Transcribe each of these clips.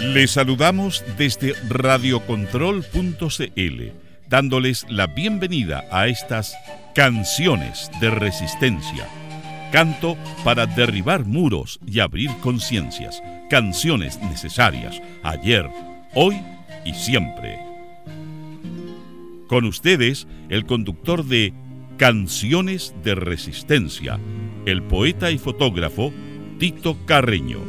Les saludamos desde radiocontrol.cl, dándoles la bienvenida a estas canciones de resistencia. Canto para derribar muros y abrir conciencias. Canciones necesarias, ayer, hoy y siempre. Con ustedes, el conductor de Canciones de Resistencia, el poeta y fotógrafo Tito Carreño.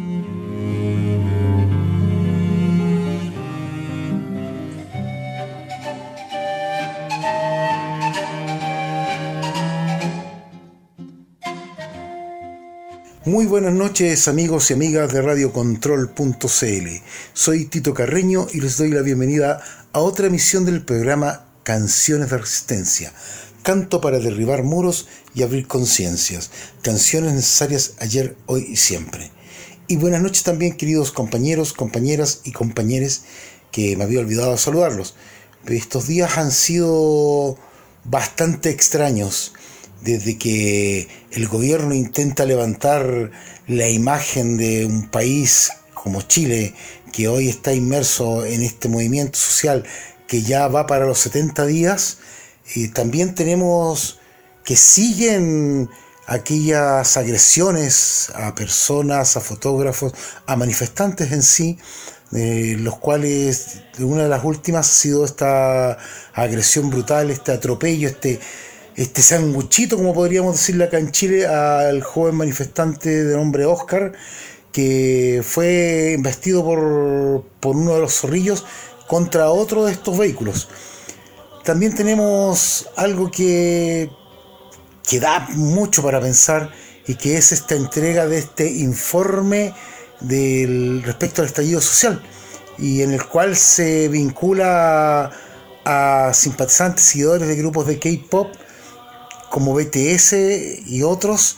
Muy buenas noches, amigos y amigas de radiocontrol.cl. Soy Tito Carreño y les doy la bienvenida a otra emisión del programa Canciones de Resistencia. Canto para derribar muros y abrir conciencias. Canciones necesarias ayer, hoy y siempre. Y buenas noches también, queridos compañeros, compañeras y compañeres, que me había olvidado saludarlos. Estos días han sido bastante extraños. Desde que el gobierno intenta levantar la imagen de un país como Chile, que hoy está inmerso en este movimiento social que ya va para los 70 días, también tenemos que siguen aquellas agresiones a personas, a fotógrafos, a manifestantes en sí, los cuales una de las últimas ha sido esta agresión brutal, este atropello, este sanguchito, como podríamos decirle acá en Chile, al joven manifestante de nombre Oscar, que fue embestido por uno de los zorrillos contra otro de estos vehículos. También tenemos algo que da mucho para pensar, y que es esta entrega de este informe respecto al estallido social, y en el cual se vincula a simpatizantes, seguidores de grupos de K-pop como BTS y otros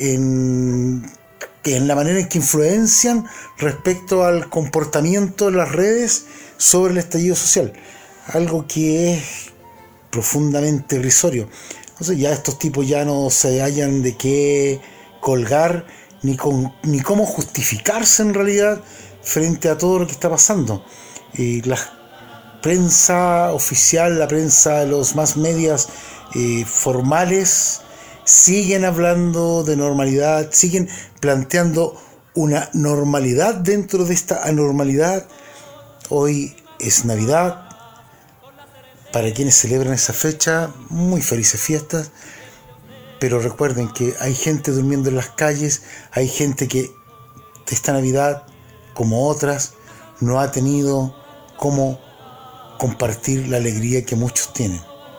en la manera en que influencian respecto al comportamiento de las redes sobre el estallido social, algo que es profundamente irrisorio. Entonces ya estos tipos ya no se hallan de qué colgar ni cómo justificarse en realidad frente a todo lo que está pasando. La prensa oficial, la prensa de los más medias formales siguen hablando de normalidad, siguen planteando una normalidad dentro de esta anormalidad. Hoy es Navidad. Para quienes celebran esa fecha, muy felices fiestas, pero recuerden que hay gente durmiendo en las calles, hay gente que esta Navidad, como otras, no ha tenido cómo compartir la alegría que muchos tienen.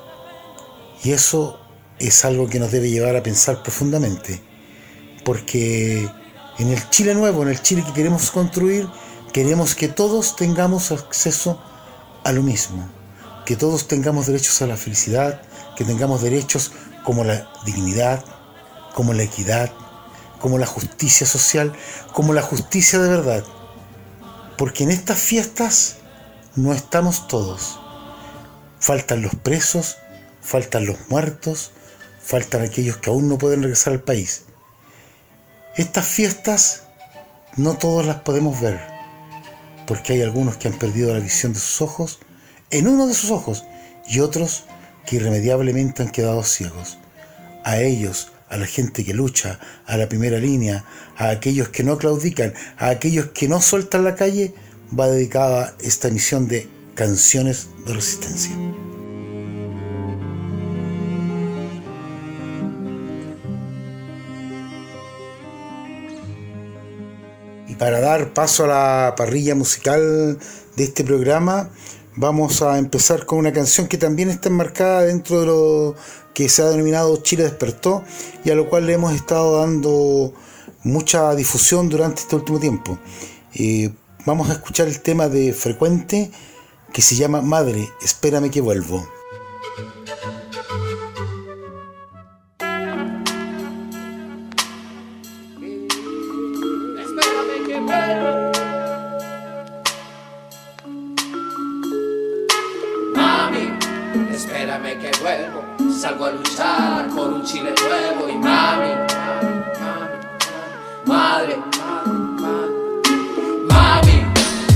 Y eso es algo que nos debe llevar a pensar profundamente, porque en el Chile nuevo, en el Chile que queremos construir, queremos que todos tengamos acceso a lo mismo, que todos tengamos derechos a la felicidad, que tengamos derechos como la dignidad, como la equidad, como la justicia social, como la justicia de verdad, porque en estas fiestas no estamos todos. Faltan los presos, faltan los muertos, faltan aquellos que aún no pueden regresar al país. Estas fiestas no todos las podemos ver, porque hay algunos que han perdido la visión de sus ojos, en uno de sus ojos, y otros que irremediablemente han quedado ciegos. A ellos, a la gente que lucha, a la primera línea, a aquellos que no claudican, a aquellos que no sueltan la calle, va dedicada esta emisión de Canciones de Resistencia. Y para dar paso a la parrilla musical de este programa, vamos a empezar con una canción que también está enmarcada dentro de lo que se ha denominado Chile despertó, y a lo cual le hemos estado dando mucha difusión durante este último tiempo. Vamos a escuchar el tema de Frecuente, que se llama Madre, espérame que vuelvo. Espérame que vuelvo, salgo a luchar por un Chile nuevo. Y mami, madre, mami,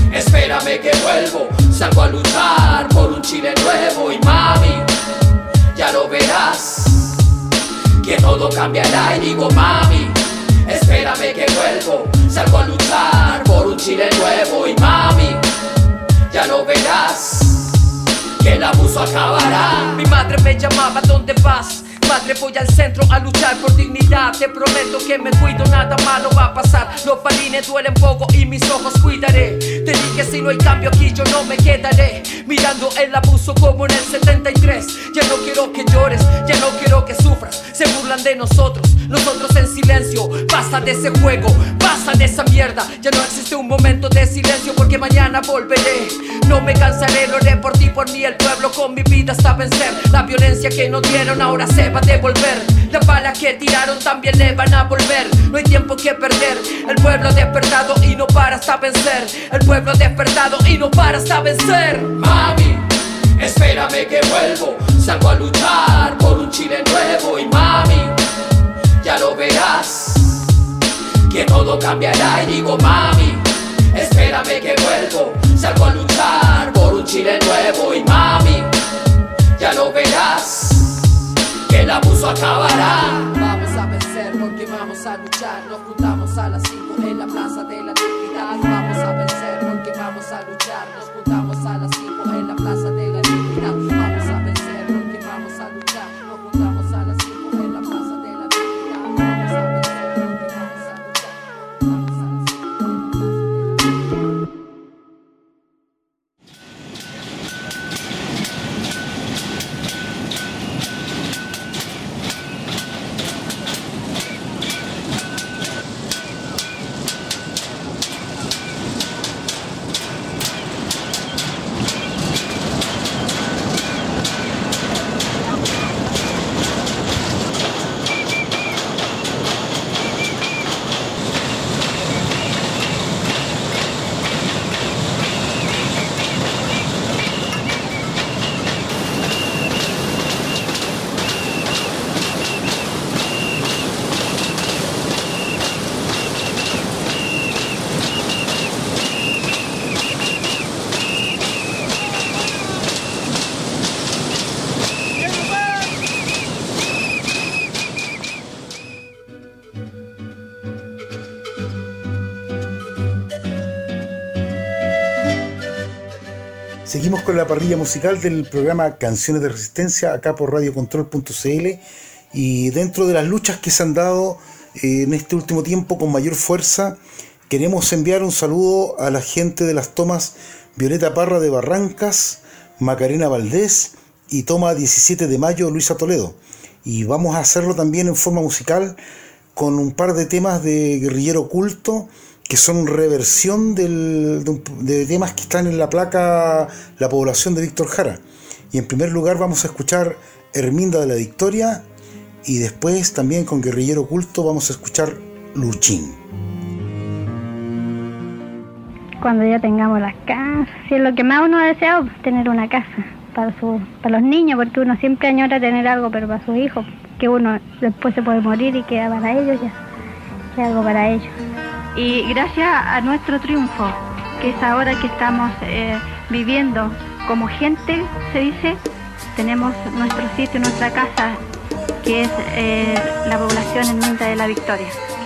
espérame que vuelvo. Salgo a luchar por un Chile nuevo. Y mami, ya lo verás, que todo cambiará. Y digo mami, espérame que vuelvo. Salgo a luchar por un Chile nuevo. Y mami, ya lo verás, que el abuso acabará. Mi madre me llamaba, ¿dónde vas? Madre, voy al centro a luchar por dignidad. Te prometo que me cuido, nada malo va a pasar. Los balines duelen poco y mis ojos cuidaré. Te dije si no hay cambio aquí yo no me quedaré mirando el abuso como en el 73. Ya no quiero que llores, ya no quiero que sufras. Se burlan de nosotros, nosotros en silencio. Basta de ese juego, basta de esa mierda. Ya no existe un momento de silencio porque mañana volveré. No me cansaré, lo haré por ti, por mí, el pueblo con mi vida hasta vencer. La violencia que nos dieron ahora se va a devolver. Las balas que tiraron también le van a volver. No hay tiempo que perder. El pueblo ha despertado y no para hasta vencer. El pueblo ha despertado y no para hasta vencer. Mami, espérame que vuelvo. Salgo a luchar por un Chile nuevo. Y mami, ya lo verás, que todo cambiará. Y digo mami, espérame que vuelvo. Salgo a luchar por un Chile nuevo. Y mami, ya lo verás, que el abuso acabará. Vamos a vencer porque vamos a luchar. Nos juntamos a las 5 en la Plaza de la Dignidad. Vamos a vencer porque vamos a luchar. Nos juntamos a las 5 en la Plaza de la Dignidad. Vamos a vencer porque vamos a luchar. Nos juntamos a las 5 en la Plaza de la Dignidad. Vamos a vencer porque vamos a luchar. Nos juntamos a las 5 en la Plaza de la Dignidad. Seguimos con la parrilla musical del programa Canciones de Resistencia acá por radiocontrol.cl, y dentro de las luchas que se han dado en este último tiempo con mayor fuerza, queremos enviar un saludo a la gente de las tomas Violeta Parra de Barrancas, Macarena Valdés y toma 17 de mayo Luisa Toledo, y vamos a hacerlo también en forma musical con un par de temas de Guerrillero Oculto que son reversión de temas que están en la placa La Población de Víctor Jara. Y en primer lugar vamos a escuchar Herminda de la Victoria, y después también con Guerrillero Oculto vamos a escuchar Luchín. Cuando ya tengamos las casas, si es lo que más uno ha deseado, tener una casa para los niños, porque uno siempre añora tener algo, pero para sus hijos, que uno después se puede morir y queda para ellos ya, que algo para ellos. Y gracias a nuestro triunfo, que es ahora que estamos viviendo como gente, se dice, tenemos nuestro sitio, nuestra casa, que es la población Herminda de la Victoria.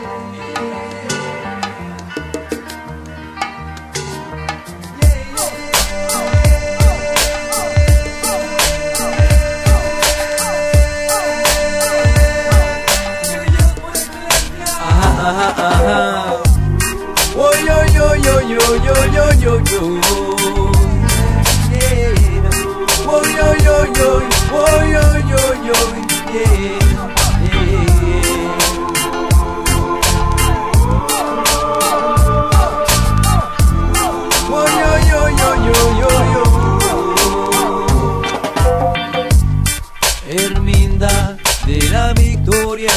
Herminda de la Victoria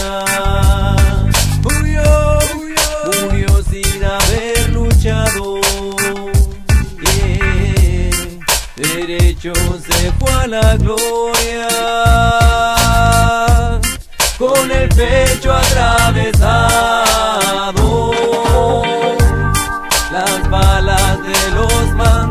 murió sin haber luchado, derecho se fue a la gloria, con el pecho atravesado, las balas de los más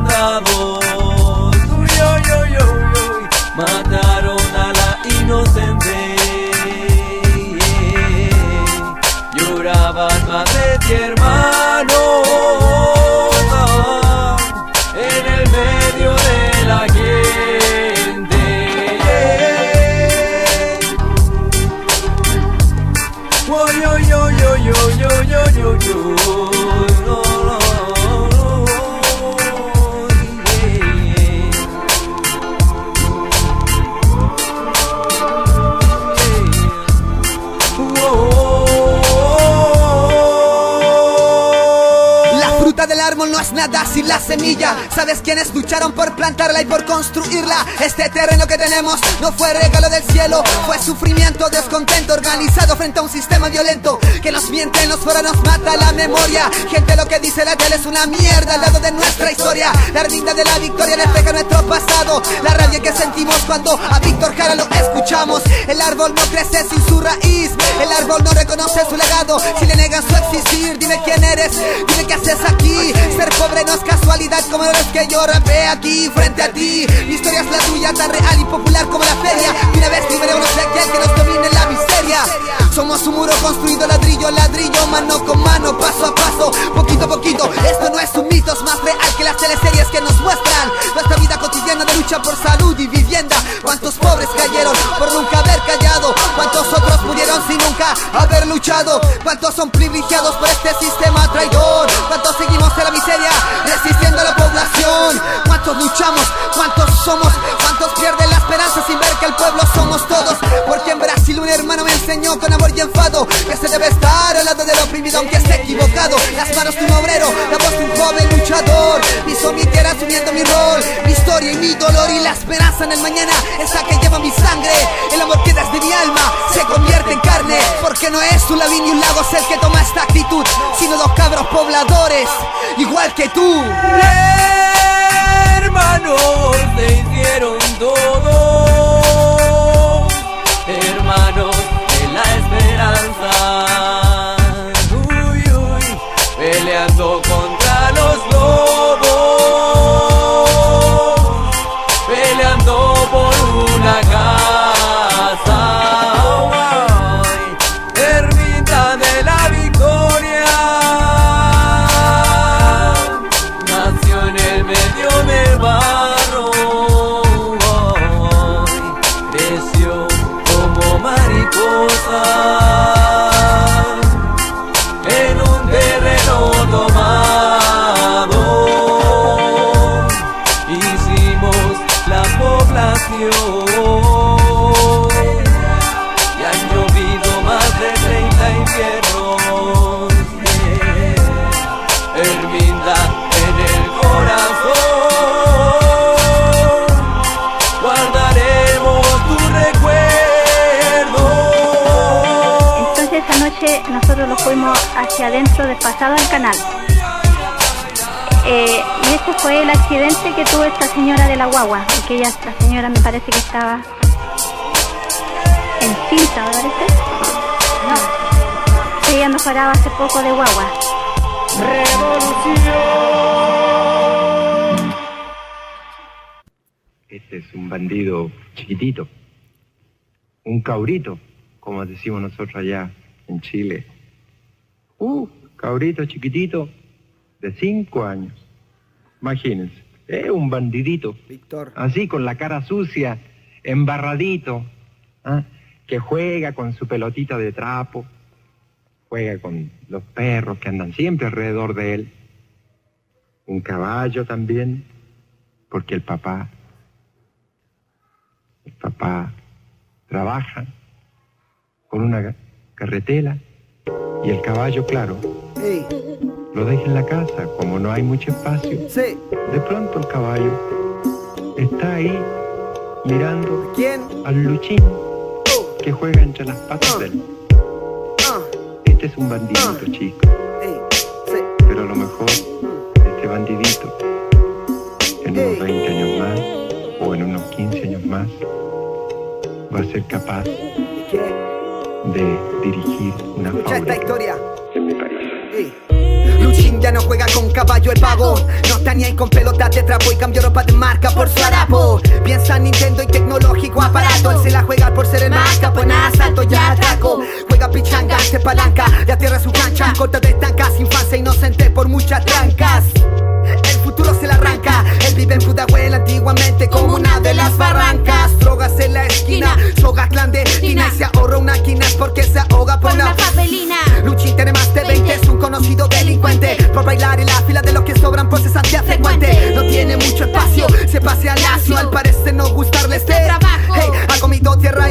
árbol no es nada sin la semilla. ¿Sabes quiénes lucharon por plantarla y por construirla? Este terreno que tenemos no fue regalo del cielo, fue sufrimiento, descontento organizado frente a un sistema violento que nos miente en los foros, nos mata la memoria. Gente, lo que dice la tele es una mierda al lado de nuestra historia. La ardilla de la victoria refleja nuestro pasado, la rabia que sentimos cuando a Víctor Jara lo escuchamos. El árbol no crece sin su raíz, el árbol no reconoce su legado si le negan su existir. Dime quién eres, dime qué haces aquí. Ser pobre no es casualidad como los que yo rapé aquí frente a ti. Mi historia es la tuya, tan real y popular como la feria. Y una vez liberémonos de aquel que nos domine la miseria. Somos un muro construido ladrillo a ladrillo, mano con mano, paso a paso, poquito a poquito. Esto no es un mito, es más real que las teleseries que nos muestran nuestra vida cotidiana de lucha por salud y vivienda. ¿Cuántos pobres cayeron por nunca haber callado? ¿Cuántos otros murieron sin nunca haber luchado? ¿Cuántos son privilegiados por este sistema traidor? ¿Cuántos seguimos en la miseria resistiendo a la población? ¿Cuántos luchamos? ¿Cuántos somos? ¿Cuántos pierden la esperanza sin ver que el pueblo somos todos? Porque en Brasil un hermano me enseñó con amor y enfado que se debe estar al lado del oprimido aunque esté equivocado. Las manos de un obrero, la voz de un joven luchador. Piso mi tierra asumiendo mi rol, mi historia y mi dolor. Y la esperanza en el mañana, esa que lleva mi sangre. El amor que desde mi alma se convierte en carne. Porque no es un lavín y un lago el que toma esta actitud, sino dos cabros pobladores, igual que tú. Hermanos te hicieron todo, hermanos de la esperanza. Uy, uy, peleando contra los lobos, peleando por una casa. Ay, ermita de la victoria, nació en el medio del barro, creció como mariposa en un terreno tomado. Hicimos la población y han llovido más de 30 inviernos. Yeah. Herminda en el corazón, guardaremos tu recuerdo. Entonces esa noche nosotros nos fuimos hacia adentro, despasado al canal. Y este fue el accidente que tuvo esta señora de la guagua, porque ella, la señora me parece que estaba encinta, ¿me parece? No, ella nos paraba hace poco de guagua. ¡Revolución! Este es un bandido chiquitito, un cabrito, como decimos nosotros allá en Chile. Cabrito chiquitito de 5 años. Imagínense, un bandidito, Víctor, así con la cara sucia, embarradito, que juega con su pelotita de trapo, juega con los perros que andan siempre alrededor de él, un caballo también, porque el papá trabaja con una carretela y el caballo, claro, hey, lo deja en la casa, como no hay mucho espacio. sí. De pronto el caballo está ahí mirando ¿Quién? al Luchín que juega entre las patas de él. Este es un bandidito chico, Hey, sí. pero a lo mejor este bandidito en unos 20 años más o en unos 15 años más va a ser capaz ¿Y qué? de dirigir una Escucha esta fábrica historia. en mi país. Hey. Luchín ya no juega con caballo el pavo, no está ni ahí con pelotas de trapo y cambió ropa de marca por su harapo. Piensa en Nintendo y tecnológico aparato, él se la juega por ser el más capo en asalto y atraco. Juega pichanga, se palanca, ya tierra su cancha, corta de estancas, infancia inocente por muchas trancas. El futuro se la arranca, él vive en Pudahuel antiguamente como una de las barrancas. Drogas en la esquina, soga clandestina, y se ahorra una quina porque se ahoga por una papelina. Luchín tiene más de 20, es un conocido delincuente por bailar en la fila de los que sobran por cesantía frecuente. No tiene mucho espacio, se pasea lacio, al parecer no gustarle este trabajo. Hey, ha comido tierra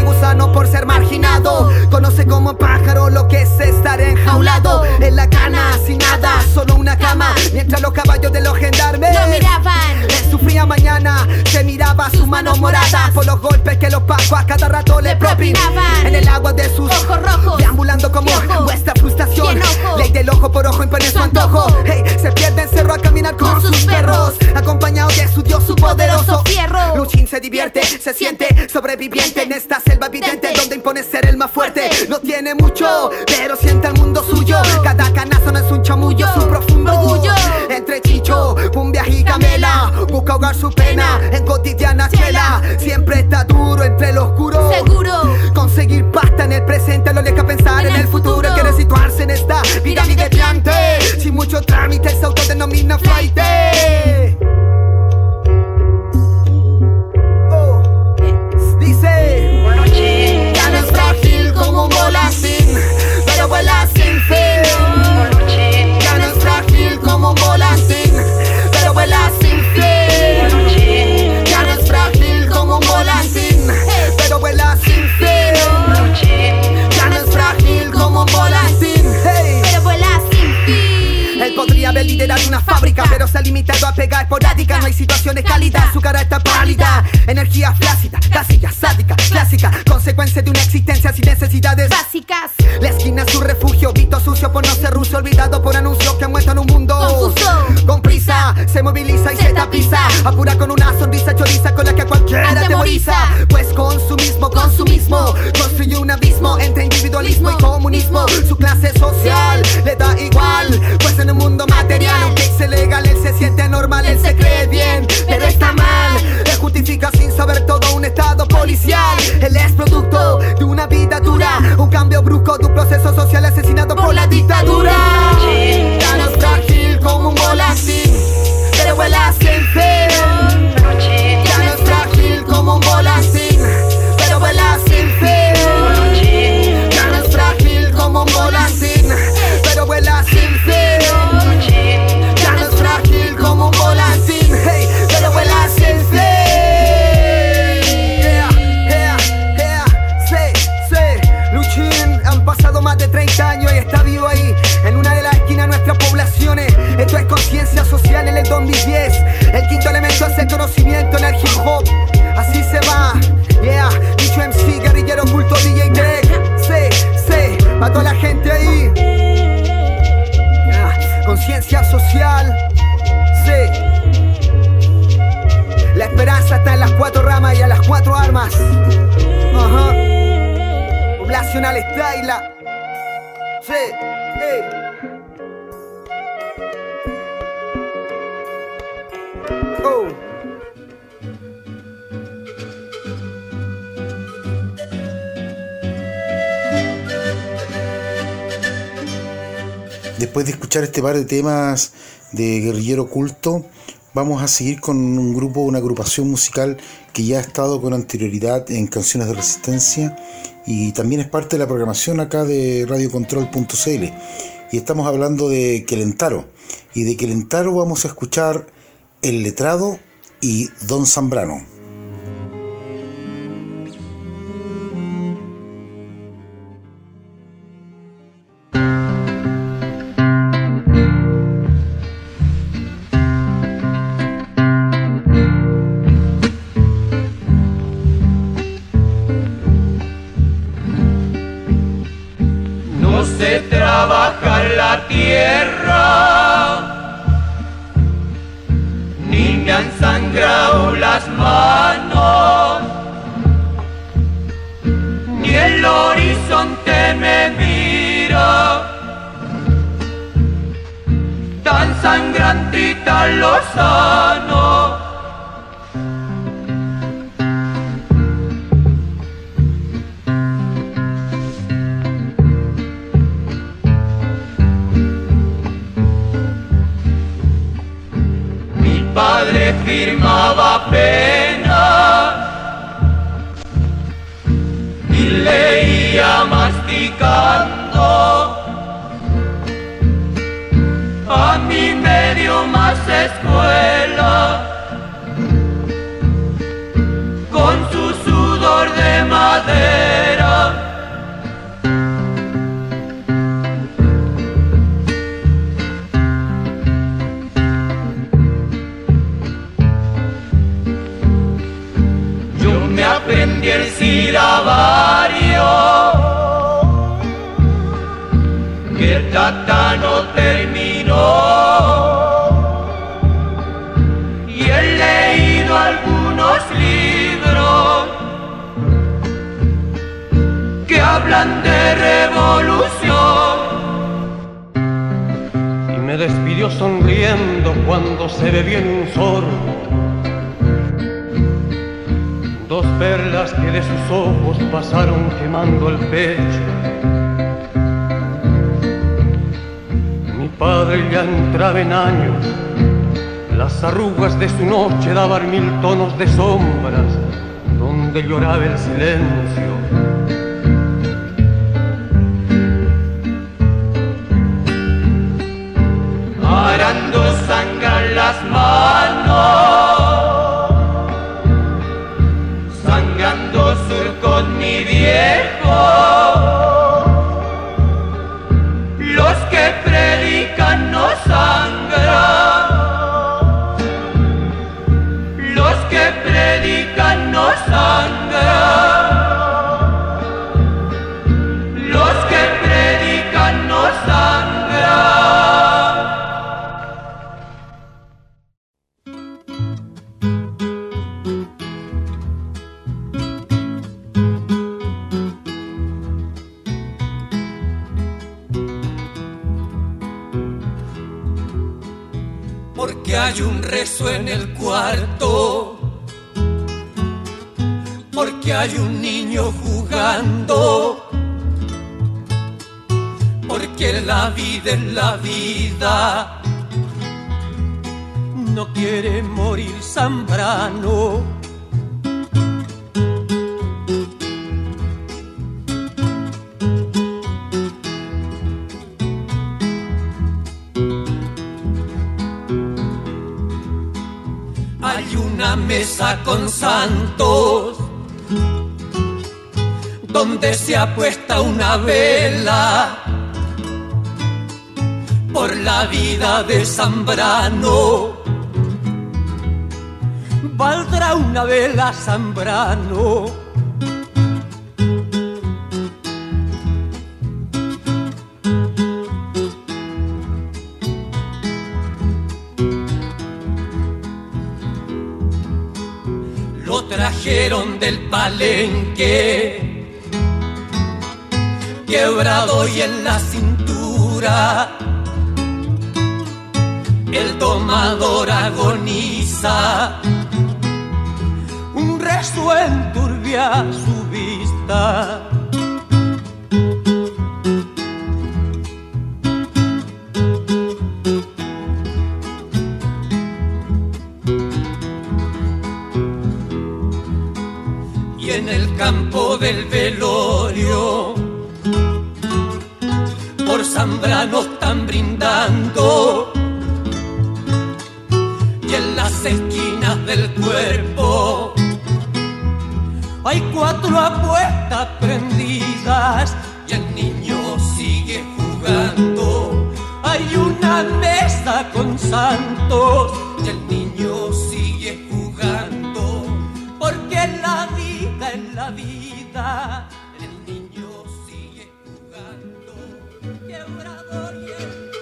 mañana se miraba su mano morada por los golpes que los pacos a cada rato le propinaban en el agua de sus ojos rojos, deambulando como vuestra frustración. Ley del ojo por ojo impone su antojo. Hey, se pierde en cerro a caminar con sus perros, acompañado de su dios, su poderoso fierro. Luchín se divierte, se siente sobreviviente en esta selva evidente donde impone ser el más fuerte. No tiene mucho, pero siente el mundo suyo. Cada canazo no es un chamullo, su profundo orgullo. Entre chicho, cumbia y camela, busca ahogar su pena en cotidiana escuela. Siempre está duro entre lo oscuro, seguro. Conseguir pasta en el presente lo deja pensar en el futuro. Quiere situarse en esta pirámide gigante, sin mucho trámite se autodenomina flighte. Dice, ya no es frágil como un volacín, pero vuela sin fin. Ya no es frágil como un volacín, pero vuela sin fin. Ya no es frágil como un volacín, pero vuela sin fin. Ya no es frágil como un volacín, pero vuela sin fin. Él podría haber liderado una fábrica, pero se ha limitado a pegar esporádica. No hay situaciones cálidas, su cara está pálida. Energía flácida, casilla, sádica, clásica, consecuencia de una existencia sin necesidades básicas. La esquina es su refugio, visto sucio por no ser ruso, olvidado por anuncios que muestran un mundo confuso. Con prisa, se moviliza y se tapiza, apura con una sonrisa choriza con la que cualquiera atemoriza. Pues consumismo, construye un abismo entre individualismo y comunismo. Su clase social le da igual, pues en un mundo material, aunque es legal, él se siente normal, él se cree bien, pero está mal. Él justifica sin saber todo un estado policial. Él es producto de una vida dura, un cambio brusco de un proceso social asesinado por la dictadura. Ya no es frágil como un volacín, pero vuela sin fin. Ya no es frágil como un volacín, pero vuela sin fin. Ya no es frágil como un volacín, pero vuela sin fin. Ya no es frágil como un volacín, hey, pero vuela sin fin. Han pasado más de 30 años y está vivo ahí, en una de las esquinas de nuestras poblaciones. Esto es conciencia social en el 2010. El quinto elemento es el conocimiento en el hip hop. Así se va, yeah. Dicho MC, guerrillero oculto, DJ Greg. Pa' toda la gente ahí, yeah. Conciencia social, la esperanza está en las 4 ramas y en las 4 armas. Poblacional Style. Oh. Después de escuchar este par de temas de Guerrillero Oculto, vamos a seguir con un grupo, una agrupación musical que ya ha estado con anterioridad en Canciones de Resistencia y también es parte de la programación acá de radiocontrol.cl. Y estamos hablando de Quelentaro. Y de Quelentaro vamos a escuchar El Letrado y Don Zambrano. Trabajar la tierra, ni me han sangrado las manos, ni el horizonte me mira, tan sangrante y tan lozano. Padre firmaba pena y leía masticando. A mí me dio más escuela con su sudor de madera. despidió sonriendo cuando se bebía en un sorbo dos perlas que de sus ojos pasaron quemando el pecho. Mi padre ya entraba en años, las arrugas de su noche daban 1000 tonos de sombras donde lloraba el silencio. Arando sangran las manos, sangrando surcos mi viejo. Los que predican no sangran, los que predican no sangran, los que predican no sangran. Porque hay un rezo en el cuarto, porque hay un niño jugando, porque la vida es la vida. No quiere morir Zambrano. Hay una mesa con santos donde se apuesta una vela por la vida de Zambrano. ¿Valdrá una vela Zambrano? Lo trajeron del Palenque, quebrado y en la cintura. El domador agoniza, un rezo enturbia su vista. Y en el campo del velorio por Zambrano están brindando, y en las esquinas del cuerpo hay 4 apuestas prendidas y el niño sigue jugando. Hay una mesa con santos y el niño sigue jugando, porque la vida es la vida. El niño sigue jugando, quebrador y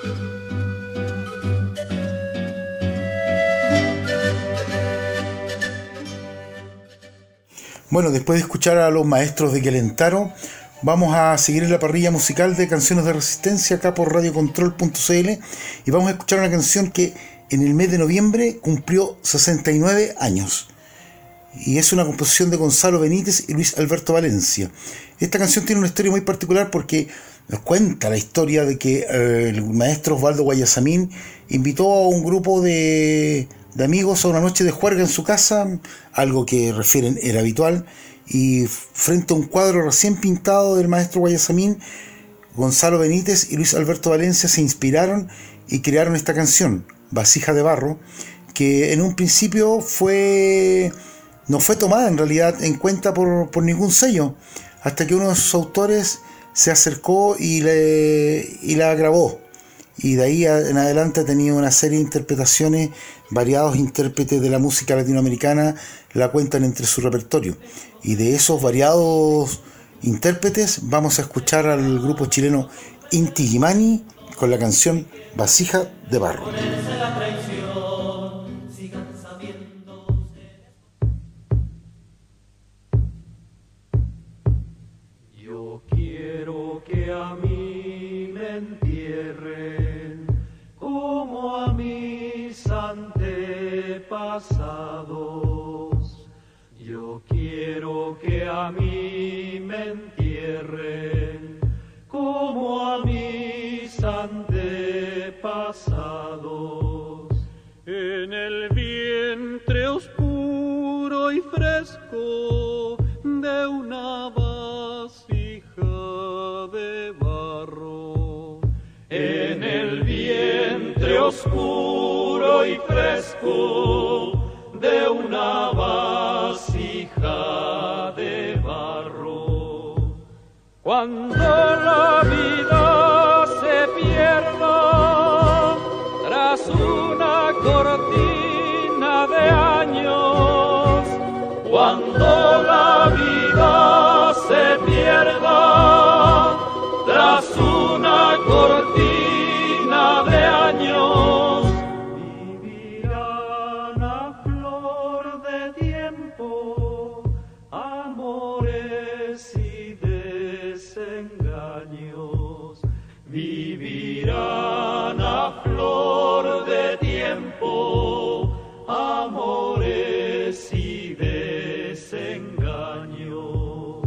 Bueno, después de escuchar a los maestros de Quelentaro, vamos a seguir en la parrilla musical de Canciones de Resistencia acá por radiocontrol.cl y vamos a escuchar una canción que en el mes de noviembre cumplió 69 años. Y es una composición de Gonzalo Benítez y Luis Alberto Valencia. Esta canción tiene una historia muy particular porque nos cuenta la historia de que el maestro Osvaldo Guayasamín invitó a un grupo de amigos a una noche de juerga en su casa, algo que refieren era habitual, y frente a un cuadro recién pintado del maestro Guayasamín, Gonzalo Benítez y Luis Alberto Valencia se inspiraron y crearon esta canción, Vasija de Barro, que en un principio no fue tomada en realidad en cuenta por ningún sello, hasta que uno de sus autores se acercó y la grabó. Y de ahí en adelante ha tenido una serie de interpretaciones, variados intérpretes de la música latinoamericana la cuentan entre su repertorio. Y de esos variados intérpretes vamos a escuchar al grupo chileno Inti Illimani con la canción Vasija de Barro. Yo quiero que a mí me entierren con a mí me entierren como a mis antepasados en el vientre oscuro y fresco de una vasija de barro. En el vientre oscuro y fresco de una vasija de barro. Cuando la vida se pierda tras una cortina de años, cuando la vida se pierda tras una cortina de años, vivirán a flor de tiempo amores y desengaños. Vivirán a flor de tiempo amores y desengaños.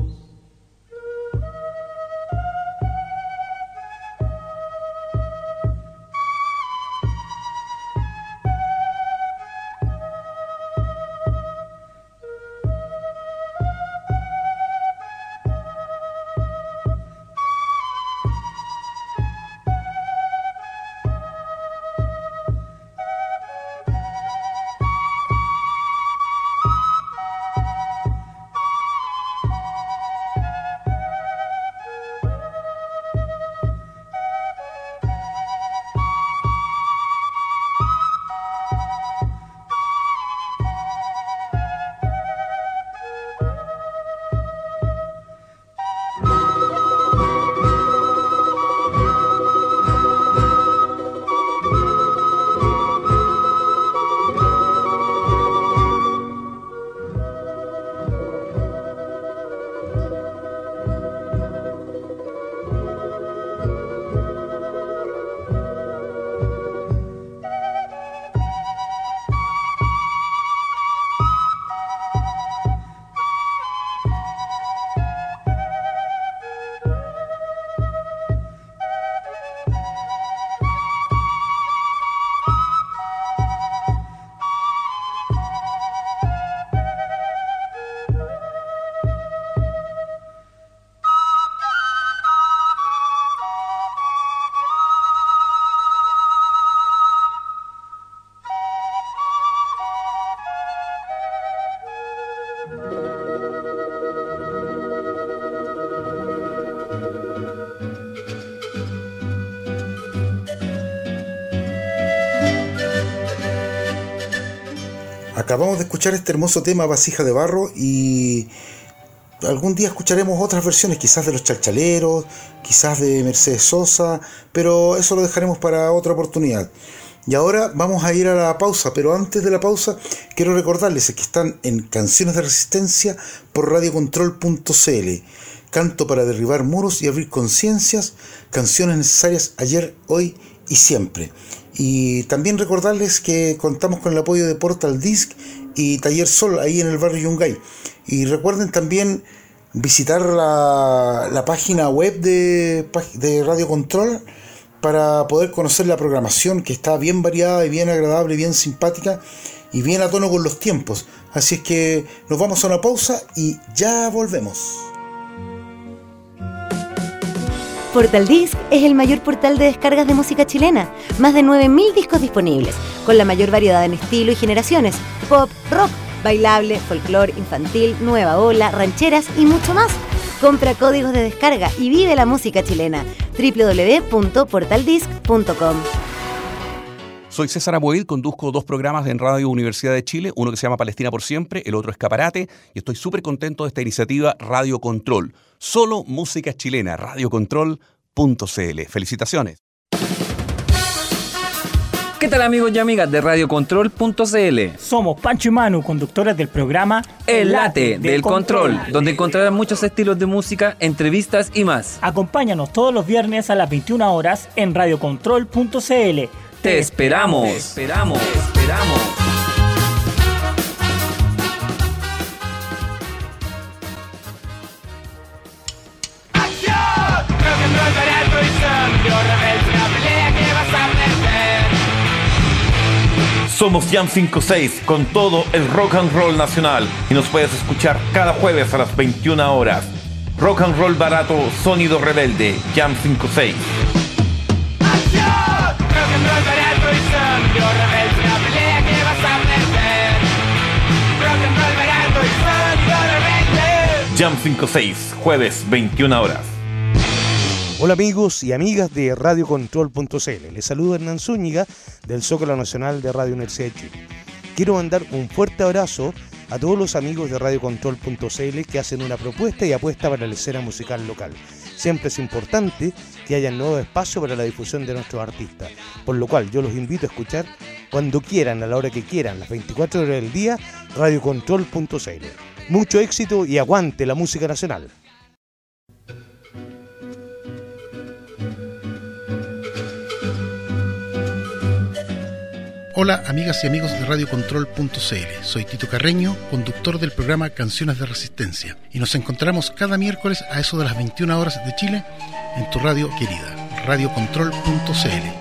Acabamos de escuchar este hermoso tema Vasija de Barro y algún día escucharemos otras versiones, quizás de Los Chalchaleros, quizás de Mercedes Sosa, pero eso lo dejaremos para otra oportunidad. Y ahora vamos a ir a la pausa, pero antes de la pausa quiero recordarles que están en Canciones de Resistencia por radiocontrol.cl. Canto para derribar muros y abrir conciencias, canciones necesarias ayer, hoy y siempre. Y también recordarles que contamos con el apoyo de Portal Disc y Taller Sol ahí en el barrio Yungay. Y recuerden también visitar la página web de Radio Control para poder conocer la programación, que está bien variada y bien agradable, bien simpática y bien a tono con los tiempos. Así es que nos vamos a una pausa y ya volvemos. Portal Disc es el mayor portal de descargas de música chilena. Más de 9.000 discos disponibles, con la mayor variedad en estilo y generaciones: pop, rock, bailable, folclore, infantil, nueva ola, rancheras y mucho más. Compra códigos de descarga y vive la música chilena. www.portaldisc.com. Soy César Aboid, conduzco 2 programas en Radio Universidad de Chile, uno que se llama Palestina por Siempre, el otro Escaparate, y estoy súper contento de esta iniciativa Radio Control. Solo música chilena, radiocontrol.cl. ¡Felicitaciones! ¿Qué tal, amigos y amigas de radiocontrol.cl? Somos Pancho y Manu, conductores del programa El Late del Control, donde encontrarán muchos estilos de música, entrevistas y más. Acompáñanos todos los viernes a las 21 horas en radiocontrol.cl. ¡Te esperamos! ¡Te esperamos! ¡Te esperamos! Somos Jam 56 con todo el rock and roll nacional y nos puedes escuchar cada jueves a las 21 horas. Rock and roll barato, sonido rebelde, Jam 56. Jam 56, jueves 21 horas. Hola amigos y amigas de radiocontrol.cl. Les saluda Hernán Zúñiga del Zócalo Nacional de Radio Universidad de Chile. Quiero mandar un fuerte abrazo a todos los amigos de radiocontrol.cl que hacen una propuesta y apuesta para la escena musical local. Siempre es importante que haya nuevo espacio para la difusión de nuestros artistas, por lo cual yo los invito a escuchar cuando quieran, a la hora que quieran, las 24 horas del día, radiocontrol.cl. Mucho éxito y aguante la música nacional. Hola amigas y amigos de radiocontrol.cl, soy Tito Carreño, conductor del programa Canciones de Resistencia, y nos encontramos cada miércoles a eso de las 21 horas de Chile en tu radio querida, radiocontrol.cl.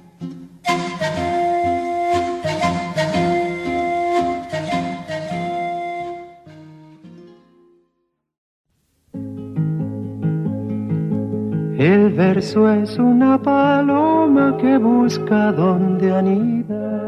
El verso es una paloma que busca donde anida.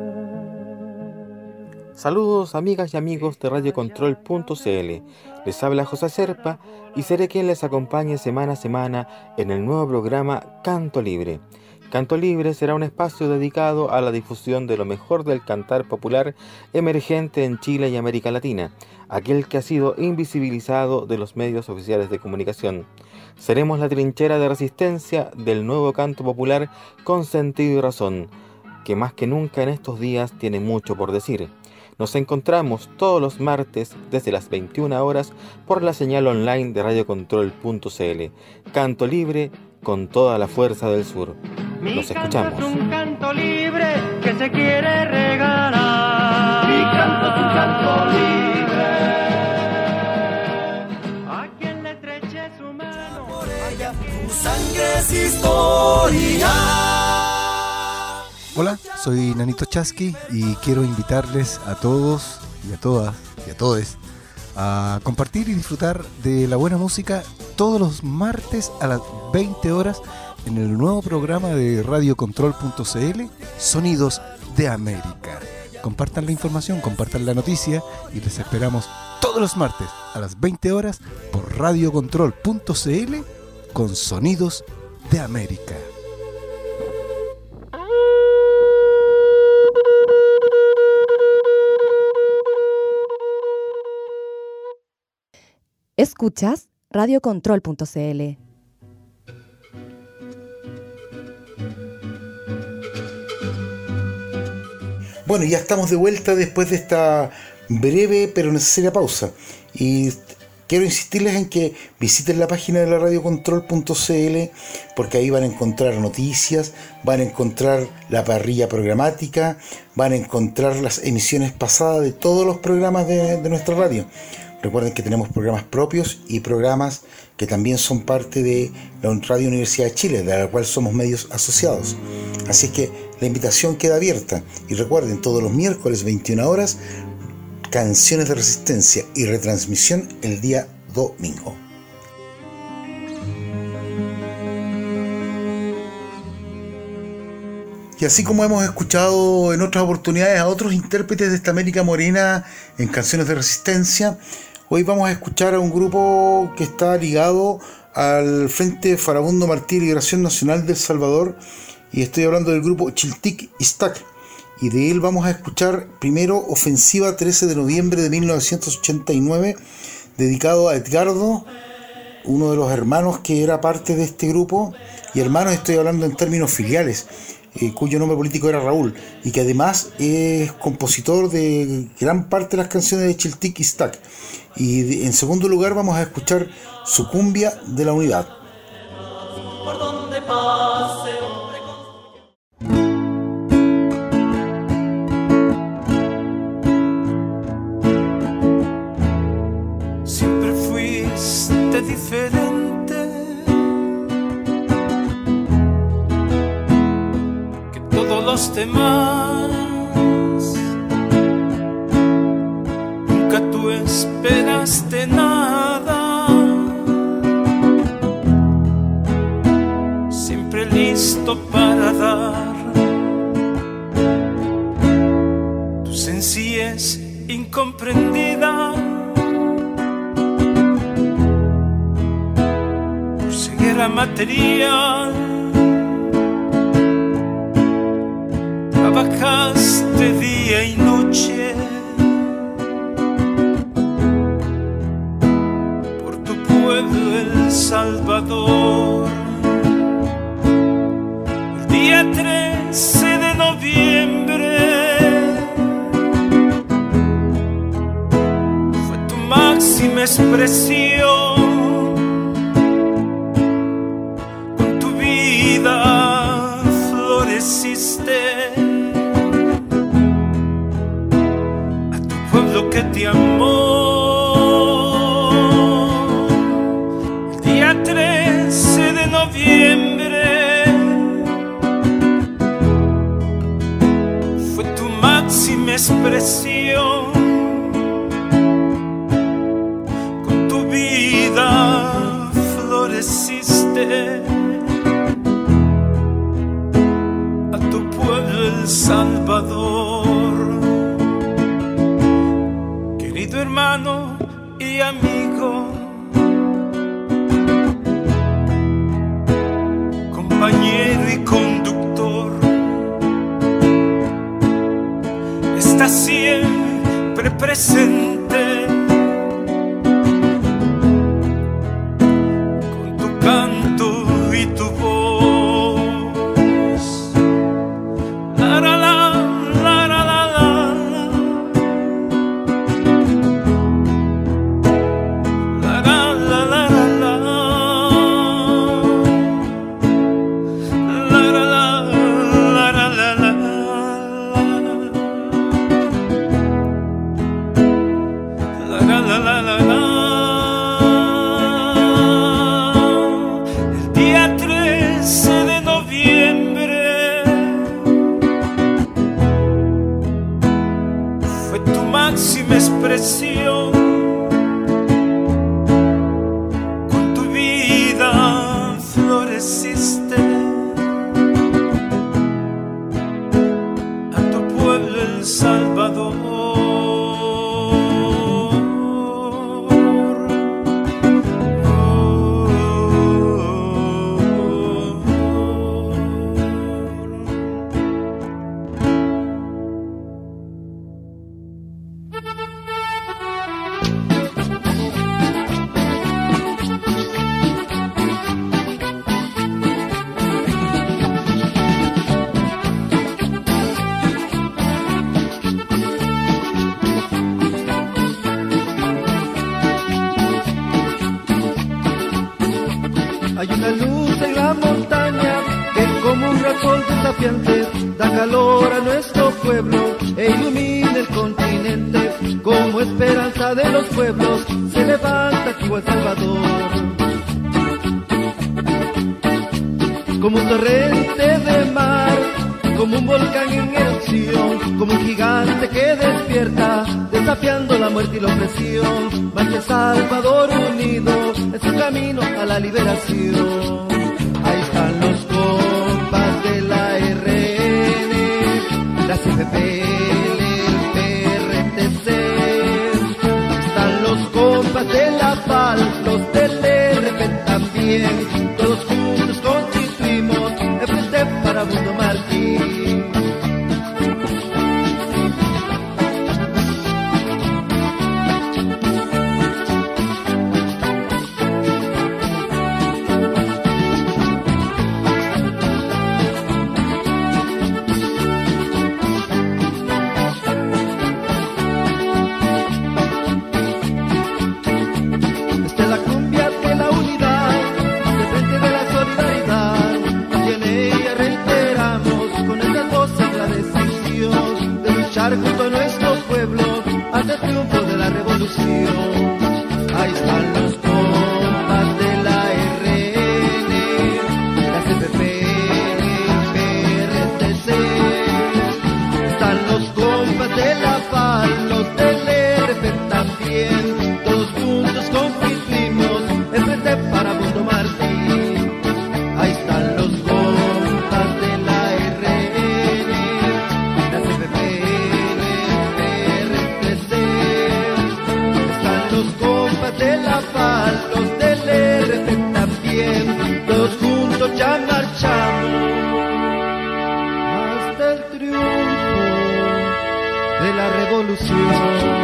Saludos amigas y amigos de radiocontrol.cl. Les habla José Serpa y seré quien les acompañe semana a semana en el nuevo programa Canto Libre. Canto Libre será un espacio dedicado a la difusión de lo mejor del cantar popular emergente en Chile y América Latina, aquel que ha sido invisibilizado de los medios oficiales de comunicación. Seremos la trinchera de resistencia del nuevo canto popular con sentido y razón, que más que nunca en estos días tiene mucho por decir. Nos encontramos todos los martes desde las 21 horas por la señal online de radiocontrol.cl. Canto Libre con toda la fuerza del sur. Nos escuchamos. Mi canto es un canto libre que se quiere regalar. Mi canto es un canto libre. Sangre es historia. Hola, soy Nanito Chasqui y quiero invitarles a todos y a todas y a todes a compartir y disfrutar de la buena música todos los martes a las 20 horas en el nuevo programa de radiocontrol.cl, Sonidos de América. Compartan la información, compartan la noticia y les esperamos todos los martes a las 20 horas por radiocontrol.cl con Sonidos de América. Escuchas radiocontrol.cl. Bueno, ya estamos de vuelta después de esta breve pero necesaria pausa. Y quiero insistirles en que visiten la página de la radiocontrol.cl porque ahí van a encontrar noticias, van a encontrar la parrilla programática, van a encontrar las emisiones pasadas de todos los programas de nuestra radio. Recuerden que tenemos programas propios y programas que también son parte de la Radio Universidad de Chile, de la cual somos medios asociados. Así es que la invitación queda abierta. Y recuerden, todos los miércoles 21 horas, Canciones de Resistencia y retransmisión el día domingo. Y así como hemos escuchado en otras oportunidades a otros intérpretes de esta América Morena en Canciones de Resistencia, hoy vamos a escuchar a un grupo que está ligado al Frente Farabundo Martí y Liberación Nacional de El Salvador, y estoy hablando del grupo Chiltic Iztac, y de él vamos a escuchar primero Ofensiva 13 de noviembre de 1989, dedicado a Edgardo, uno de los hermanos que era parte de este grupo, y hermanos estoy hablando en términos filiales, cuyo nombre político era Raúl, y que además es compositor de gran parte de las canciones de Chiltic Iztac. Y en segundo lugar vamos a escuchar Sucumbia de la Unidad. Por donde pase siempre fuiste diferente que todos los demás. listo para dar. Tu sencillez incomprendida por ceguera material. Trabajaste día y noche por tu pueblo El Salvador. El día 13 de noviembre fue tu máxima expresión. Con tu vida floreciste que te amó. El día 13 de noviembre fue tu máxima expresión. Con tu vida floreciste a tu pueblo El Salvador. Hermano y amigo, compañero y conductor, está siempre presente con tu canto y tu voz. La, la, la. Expresión. Con tu vida floreciste a tu pueblo El Salvador. Hay una luz en la montaña que como un sol desafiante da calor a nuestro pueblo e ilumina el continente. Como esperanza de los pueblos se levanta aquí El Salvador. Como un torrente de mar, como un volcán en erupción, como un gigante que despierta, desafiando la muerte y la opresión. Marcha El Salvador unido en su camino a la liberación. Ahí están los compas de la RN, la CFP, el PRTC. Están los compas de la FAL, los del RP también. Todos juntos constituimos el Frente Farabundo Martín. Esta es la cumbia de canción.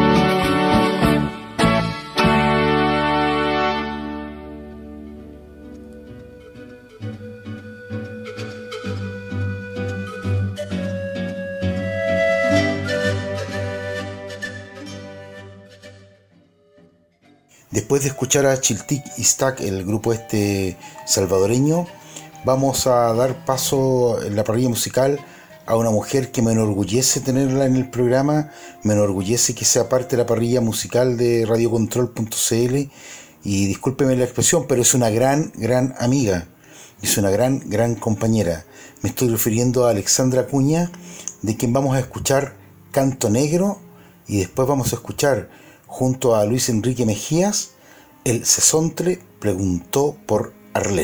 Después de escuchar a Chiltic Iztac, el grupo salvadoreño, vamos a dar paso en la parrilla musical a una mujer que me enorgullece tenerla en el programa, me enorgullece que sea parte de la parrilla musical de radiocontrol.cl, y discúlpeme la expresión, pero es una gran amiga, es una gran compañera. Me estoy refiriendo a Alexandra Acuña, de quien vamos a escuchar Canto Negro, y después vamos a escuchar junto a Luis Enrique Mejías, el Sesontle preguntó por Arlén.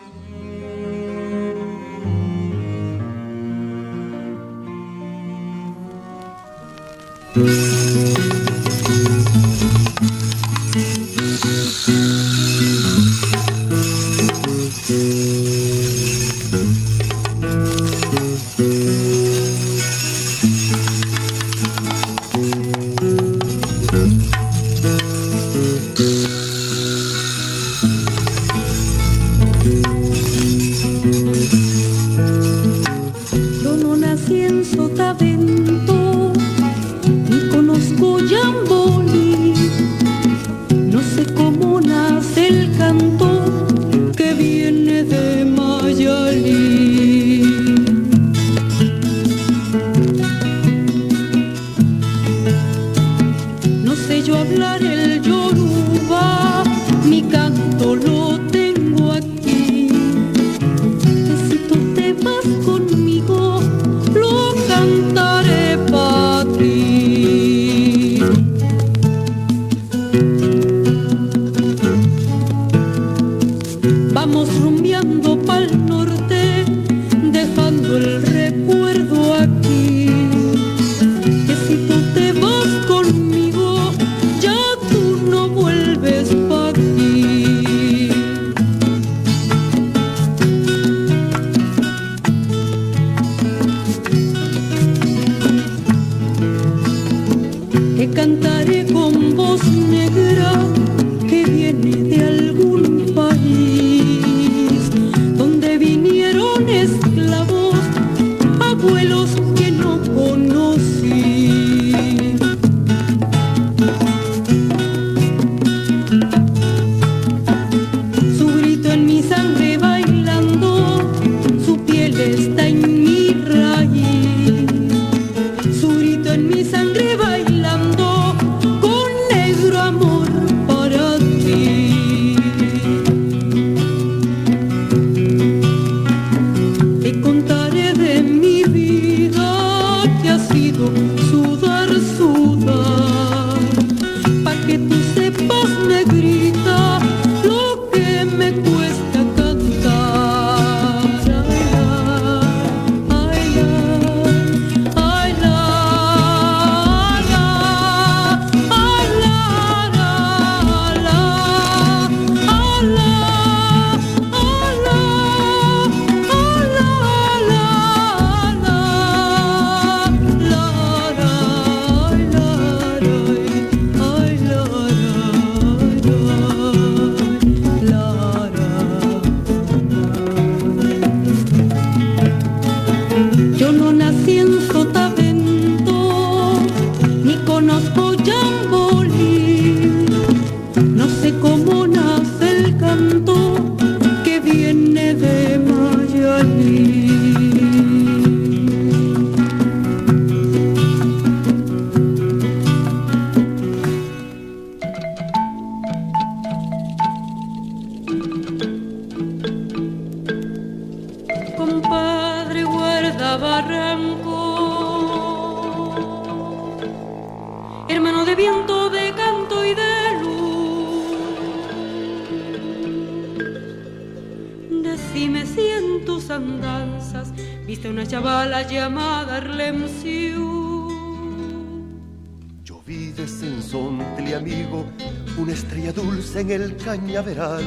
En el cañaveral,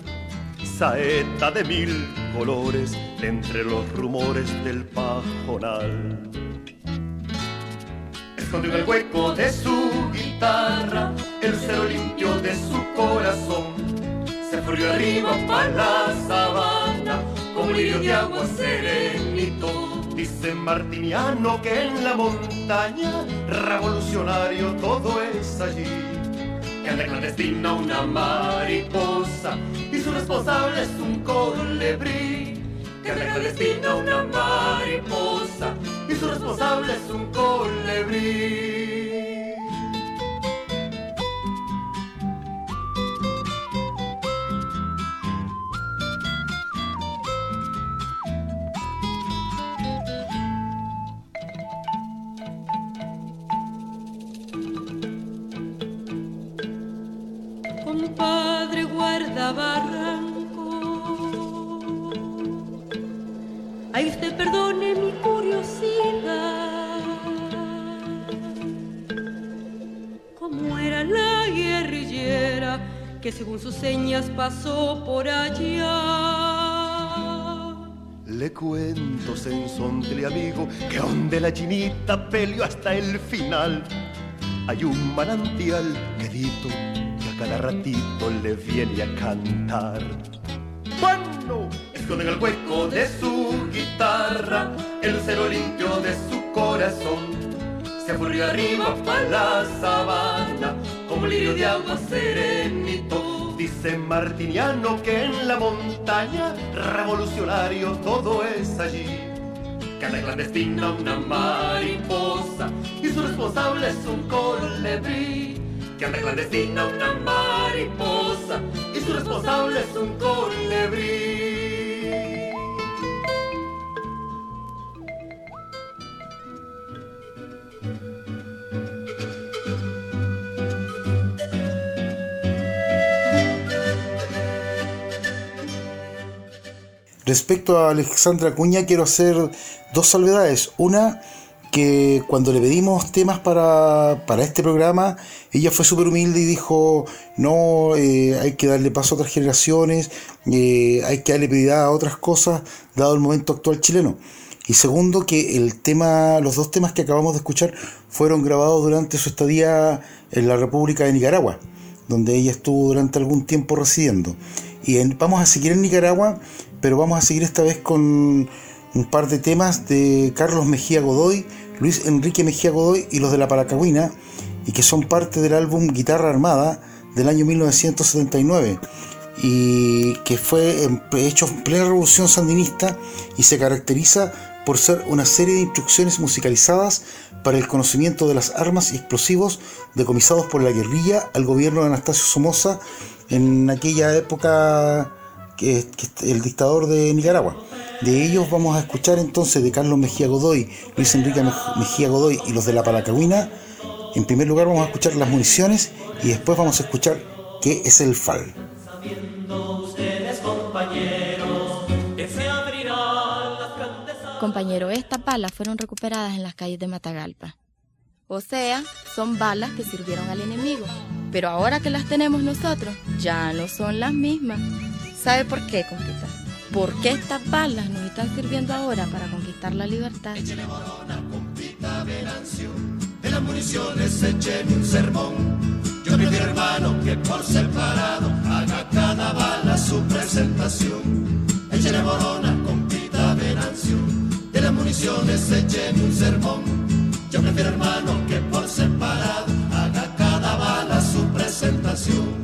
saeta de 1000 colores entre los rumores del pajonal. escondió en el hueco de su guitarra el cero limpio de su corazón. Se fue arriba pa' la sabana como un lirio de agua serenito. Dice Martiniano que en la montaña revolucionario todo es allí, que anda clandestina una mariposa y su responsable es un colibrí. Que anda clandestina una mariposa y su responsable es un colibrí. Compadre, guarda barranco. Ay, usted perdone mi curiosidad. ¿Cómo era la guerrillera que según sus señas pasó por allá? Le cuento, sensontle amigo, que donde la chinita peleó hasta el final hay un manantial quedito que a cada ratito le viene a cantar. Bueno, esconde en el hueco de su guitarra el cero limpio de su corazón. Se fue río arriba pa' la sabana como un lirio de agua serenito. Dice Martiniano que en la montaña revolucionario todo es allí, que anda clandestina una mariposa y su responsable es un colibrí. Que anda clandestina una mariposa y su responsable es un colibrí. Respecto a Alexandra Acuña, quiero hacer dos salvedades. Una, que cuando le pedimos temas para este programa, ella fue súper humilde y dijo, no, hay que darle paso a otras generaciones, hay que darle prioridad a otras cosas, dado el momento actual chileno. Y segundo, que los dos temas que acabamos de escuchar fueron grabados durante su estadía en la República de Nicaragua, donde ella estuvo durante algún tiempo residiendo. Y vamos a seguir en Nicaragua, pero vamos a seguir esta vez con un par de temas de Carlos Mejía Godoy, Luis Enrique Mejía Godoy y los de la Paracagüina, y que son parte del álbum Guitarra Armada del año 1979, y que fue hecho en plena revolución sandinista y se caracteriza por ser una serie de instrucciones musicalizadas para el conocimiento de las armas y explosivos decomisados por la guerrilla al gobierno de Anastasio Somoza en aquella época, que el dictador de Nicaragua. De ellos vamos a escuchar entonces, de Carlos Mejía Godoy, Luis Enrique Mejía Godoy y los de la Paracagüina. En primer lugar vamos a escuchar Las Municiones y después vamos a escuchar ¿Qué es el FAL? Compañero, estas balas fueron recuperadas en las calles de Matagalpa. O sea, son balas que sirvieron al enemigo. Pero ahora que las tenemos nosotros, ya no son las mismas. ¿Sabe por qué, compita? Porque estas balas nos están sirviendo ahora para conquistar la libertad. Échale borona, compita Venancio, de las municiones écheme un sermón. Yo prefiero, hermano, que por separado haga cada bala su presentación. Échale borona, compita Venancio, de las municiones écheme un sermón. Yo prefiero, hermano, que por separado haga cada bala su presentación.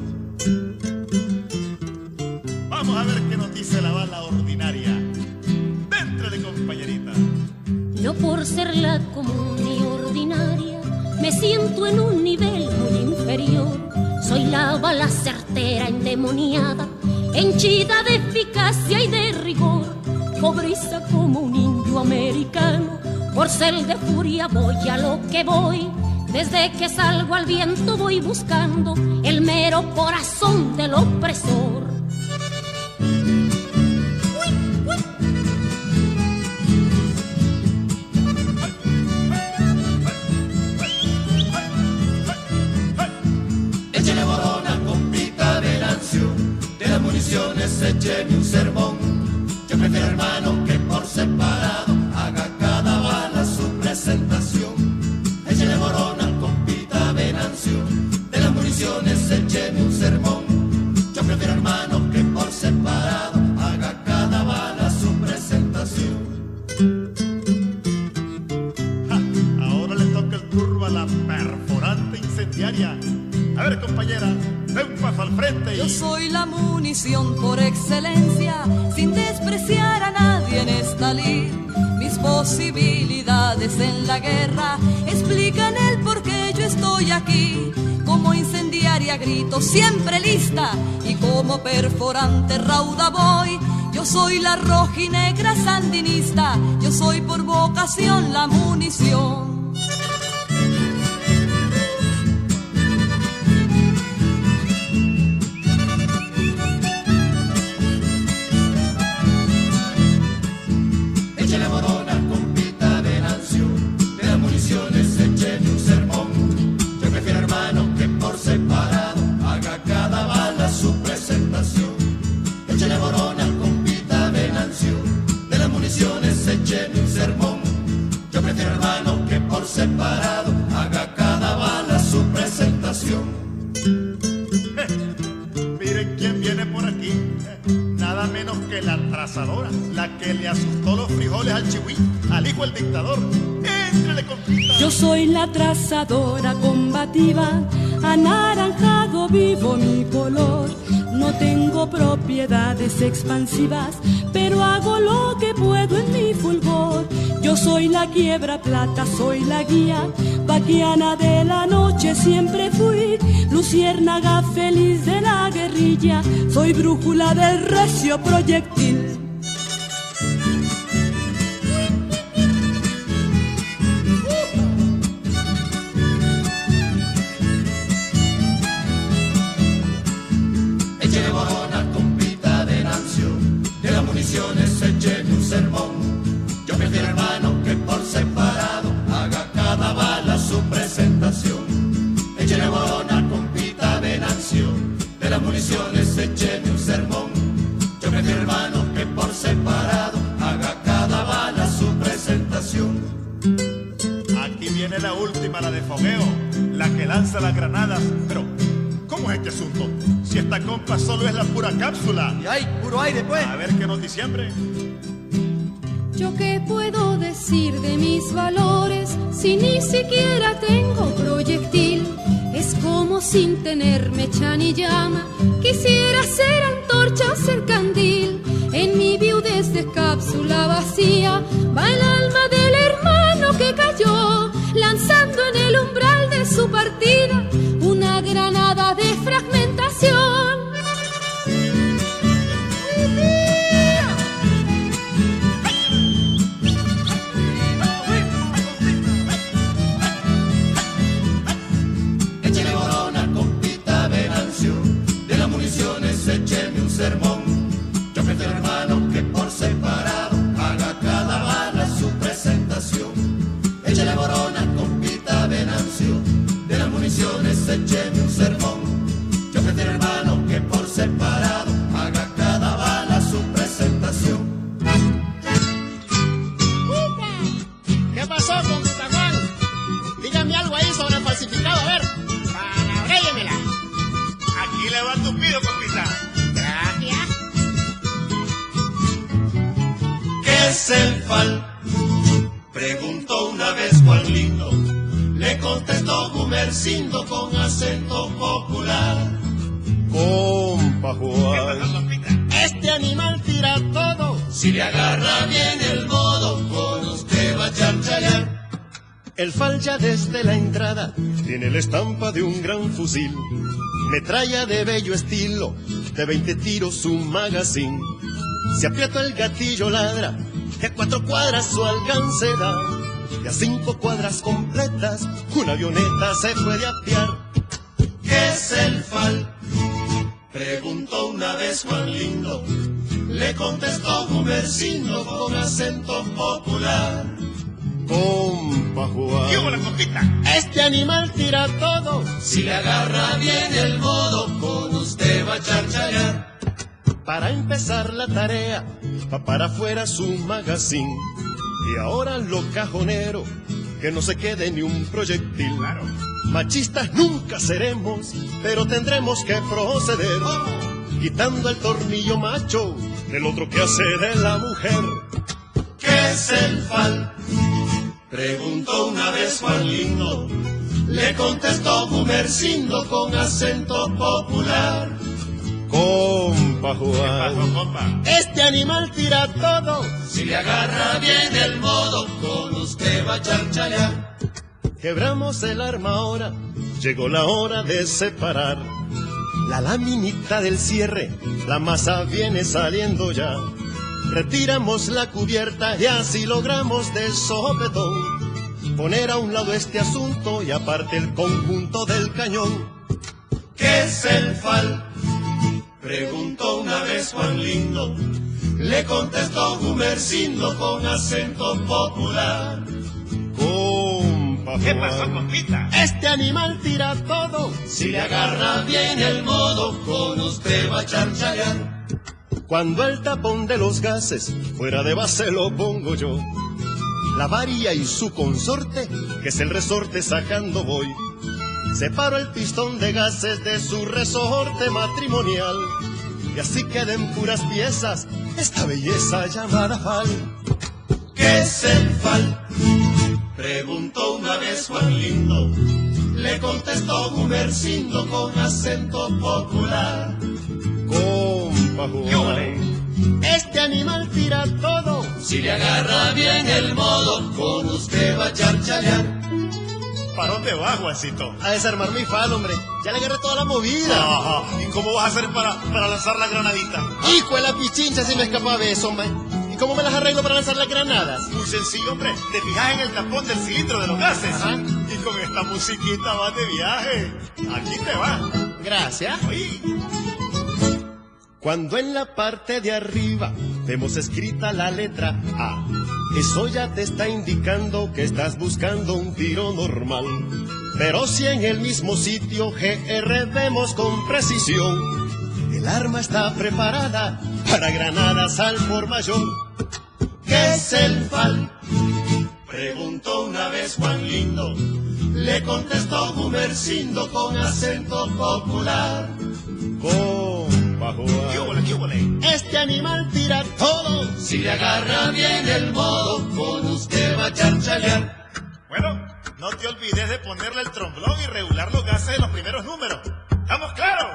Vamos a ver qué nos dice la bala ordinaria. Déntrale, compañerita. No por ser la común y ordinaria, me siento en un nivel muy inferior. Soy la bala certera, endemoniada, henchida de eficacia y de rigor. Cobriza como un indio americano, corcel de furia voy a lo que voy. Desde que salgo al viento voy buscando el mero corazón del opresor. Échale borona, compita Venancio, de las municiones écheme un sermón. Yo prefiero, hermano, que por separado haga cada bala su presentación. Échale borona, munición por excelencia, sin despreciar a nadie en esta lid. Mis posibilidades en la guerra explican el por qué yo estoy aquí. Como incendiaria grito siempre lista y como perforante rauda voy. Yo soy la rojinegra sandinista, yo soy por vocación la munición. Échale morona, compita Venancio, de las municiones écheme un sermón. Yo prefiero, hermano, que por separado haga cada bala su presentación. Échale morona, compita Venancio, de las municiones écheme un sermón. Yo prefiero, hermano, que por separado haga cada bala su presentación. Miren quién viene por aquí. Nada menos que la trazadora, la que le asustó los frijoles al chihuí, al hijo del dictador. ¡Éntrale, compita! Yo soy la trazadora combativa, anaranjado vivo mi color. No tengo propiedades expansivas, pero hago lo que puedo en mi fulgor. Yo soy la quiebra plata, soy la guía, vaquiana de la noche siempre fui, luciérnaga feliz de la guerrilla, soy brújula del recio proyectil. Échele morona, compita Venancio, de las municiones écheme un sermón. Yo prefiero, hermano, que por separado haga cada bala su presentación. Échele morona, compita Venancio, de las municiones écheme un sermón. Yo prefiero, hermano, que por separado haga cada bala su presentación. Aquí viene la última, la de fogueo, la que lanza las granadas. Pero, ¿cómo es este asunto? Si esta compa solo es la pura cápsula. Y hay puro aire, pues. A ver qué nos diciembre. ¿Yo qué puedo decir de mis valores si ni siquiera tengo proyectil? Es como sin tener mecha ni llama, quisiera ser antorcha o ser candil. En mi viudez de cápsula vacía va el alma del hermano que cayó, lanzando en el umbral de su partida una granada de fragmentación. Échele morona, compita Venancio, de las municiones écheme un sermón. Yo prefiero, hermano, que por separado haga cada bala su presentación. Échele morona, compita Venancio, de las municiones écheme un sermón. Yo prefiero, hermano, que por separado haga cada bala su presentación. ¿Qué pasó, compita Juan? Dígame algo ahí sobre el falsificado, a ver, para réyemela. Aquí le va tu pido, compita. Gracias. ¿Qué es el fal? Preguntó una vez Juan Lindo. Le contestó Gumercindo con acento popular. Compa Juan, este animal tira todo. Si le agarra bien el modo, con usted va a charchalear. El fal ya desde la entrada tiene la estampa de un gran fusil, metralla de bello estilo, de 20 tiros su magazine. Si aprieto el gatillo ladra, de 4 cuadras su alcance da, y a 5 cuadras completas una avioneta se puede apiar. ¿Qué es el fal? Preguntó una vez Juan Lindo. Le contestó Gumercindo con acento popular. Compa Juan, ¿qué hubo, la compita? este animal tira todo. Si le agarra bien el modo, con usted va a charchalear. Para empezar la tarea, va para afuera su magazine. Y ahora lo cajonero, que no se quede ni un proyectil. Claro. Machistas nunca seremos, pero tendremos que proceder, quitando el tornillo macho del otro que hace de la mujer. ¿Qué es el fal? Preguntó una vez Juan Lindo. Le contestó Gumercindo con acento popular. Compa Compa Juan, este animal tira todo. Si le agarra bien el modo, con usted va a charchalear. Quebramos el arma ahora, llegó la hora de separar. La laminita del cierre, la masa viene saliendo ya. Retiramos la cubierta y así logramos de sopetón poner a un lado este asunto y aparte el conjunto del cañón. ¿Qué es el fal? Preguntó una vez Juan Lindo. Le contestó Gumercindo con acento popular. Compa ¿Qué Juan, pasó, compita? este animal tira todo. Si le agarra bien el modo, con usted va a charchalear. Cuando el tapón de los gases fuera de base lo pongo yo. La varia y su consorte, que es el resorte sacando voy. Separo el pistón de gases de su resorte matrimonial. Y así queden puras piezas esta belleza llamada fal. ¿Qué es el fal? Preguntó una vez Juan Lindo. Le contestó Gumercindo con acento popular. Compa Juan, este animal tira todo. Si le agarra bien el modo, con usted va a charchalear. ¿Para dónde vas, Juancito? A desarmar mi fal, hombre. Ya le agarré toda la movida. Ajá. ¿Y cómo vas a hacer para lanzar la granadita? Hijo de la pichincha, si me escapaba eso, hombre. ¿Y cómo me las arreglo para lanzar las granadas? Muy sencillo, hombre. Te fijas en el tapón del cilindro de los gases. Ajá. Y con esta musiquita vas de viaje. Aquí te va. Gracias. Oye. Cuando en la parte de arriba vemos escrita la letra A, eso ya te está indicando que estás buscando un tiro normal. Pero si en el mismo sitio GR vemos con precisión, el arma está preparada para granadas al por mayor. ¿Qué es el fal? Preguntó una vez Juan Lindo. Le contestó Gumercindo con acento popular. Compa Juan, ¿Qué huele? este animal tira todo. Si le agarra bien el modo, con usted va a charchalear. Bueno, no te olvides de ponerle el tromblón y regular los gases de los primeros números. ¿Estamos claros?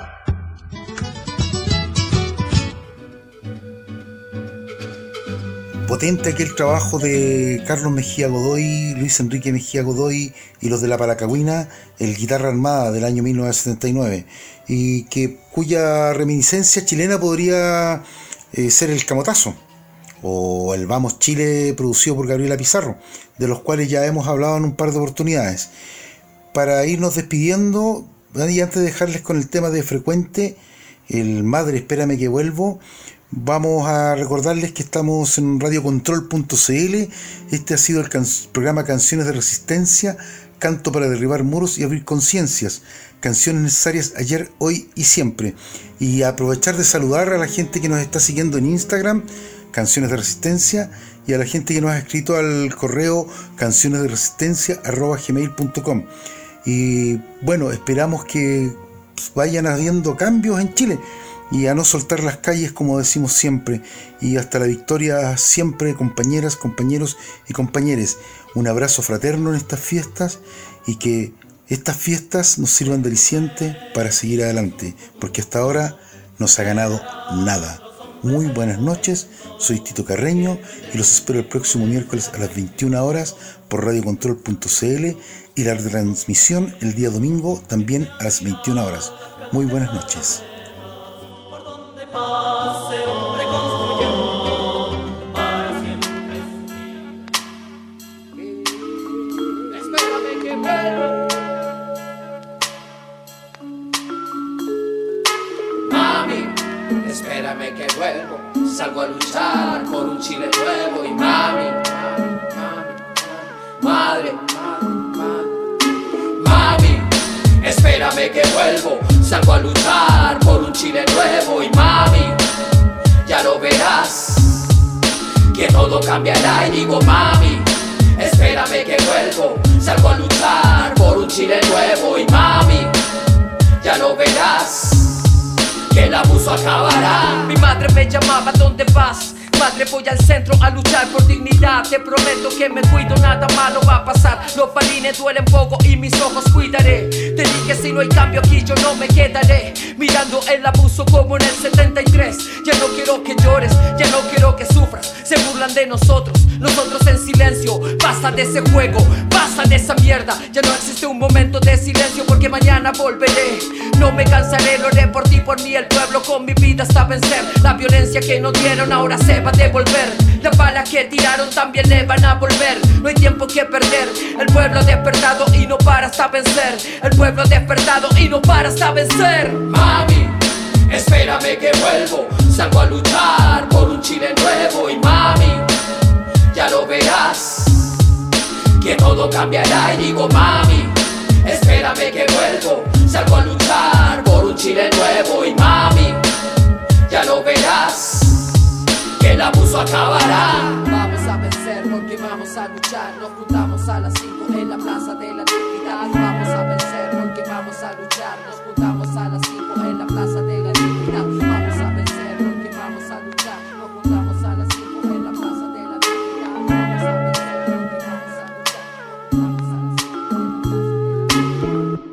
Potente aquel trabajo de Carlos Mejía Godoy, Luis Enrique Mejía Godoy y los de la Palacagüina, el Guitarra Armada del año 1979, y cuya reminiscencia chilena podría ser el Camotazo o el Vamos Chile, producido por Gabriela Pizarro, de los cuales ya hemos hablado en un par de oportunidades. Para irnos despidiendo, y antes de dejarles con el tema de Frecuente, el Madre Espérame que Vuelvo, vamos a recordarles que estamos en radiocontrol.cl. Este ha sido el programa Canciones de Resistencia, canto para derribar muros y abrir conciencias, canciones necesarias ayer, hoy y siempre. Y aprovechar de saludar a la gente que nos está siguiendo en Instagram, Canciones de Resistencia, y a la gente que nos ha escrito al correo cancionesderesistencia@gmail.com. Y bueno, esperamos que vayan habiendo cambios en Chile y a no soltar las calles, como decimos siempre, y hasta la victoria siempre, compañeras, compañeros y compañeres. Un abrazo fraterno en estas fiestas, y que estas fiestas nos sirvan de aliciente para seguir adelante, porque hasta ahora no se ha ganado nada. Muy buenas noches, soy Tito Carreño y los espero el próximo miércoles a las 21 horas por radiocontrol.cl, y la retransmisión el día domingo también a las 21 horas. Muy buenas noches. Pase, hombre construyó para siempre. Espérame que vuelvo. Mami, espérame que vuelvo. Salgo a luchar por un Chile nuevo. Y mami, madre, mami, espérame que vuelvo. Salgo a luchar por un Chile nuevo. Y mami, ya lo verás, que todo cambiará. Y digo mami, espérame que vuelvo. Salgo a luchar por un Chile nuevo. Y mami, ya lo verás, que el abuso acabará. Mi madre me llamaba, ¿dónde vas? madre voy al centro a luchar por dignidad. Te prometo que me cuido, nada malo va a pasar. Los balines duelen poco y mis ojos cuidaré. Te dije si no hay cambio aquí yo no me quedaré mirando el abuso como en el 73. Ya no quiero que llores, ya no quiero que sufras. Se burlan de nosotros en silencio. Basta de ese juego, basta de esa mierda. Ya no existe un momento de silencio porque mañana volveré. No me cansaré, lo haré por ti, por mí, el pueblo, con mi vida hasta vencer. La violencia que nos dieron ahora se va a devolver. Las balas que tiraron también le van a volver. No hay tiempo que perder. El pueblo ha despertado y no para hasta vencer. El pueblo ha despertado y no para hasta vencer. Mami, espérame que vuelvo. Salgo a luchar por un Chile nuevo. Y mami, ya lo verás, que todo cambiará. Y digo mami, espérame que vuelvo. Salgo a luchar por un Chile nuevo. Y mami, ya lo verás, que el abuso acabará. Vamos a vencer porque vamos a luchar. Nos juntamos a las 5 en la Plaza de la Dignidad. Vamos a vencer porque vamos a luchar. Nos juntamos a las 5 en la Plaza de la Dignidad. Vamos a vencer porque vamos a luchar. Nos juntamos a las 5 en la Plaza de la Dignidad. Vamos a vencer porque vamos a luchar. Nos juntamos a las 5 en la Plaza de la Dignidad.